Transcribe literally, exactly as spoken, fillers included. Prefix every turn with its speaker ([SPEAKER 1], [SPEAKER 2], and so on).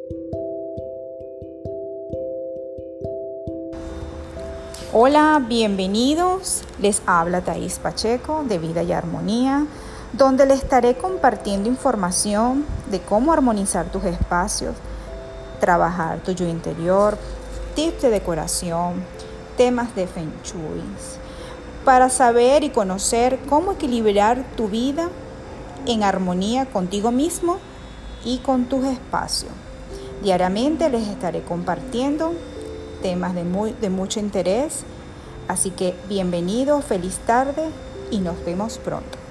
[SPEAKER 1] Hola, bienvenidos. Les habla Thais Pacheco de Vida y Armonía, donde les estaré compartiendo información de cómo armonizar tus espacios, trabajar tu yo interior, tips de decoración, temas de Feng Shui, para saber y conocer cómo equilibrar tu vida en armonía contigo mismo y con tus espacios. Diariamente les estaré compartiendo temas de, muy, de mucho interés, así que bienvenidos, feliz tarde y nos vemos pronto.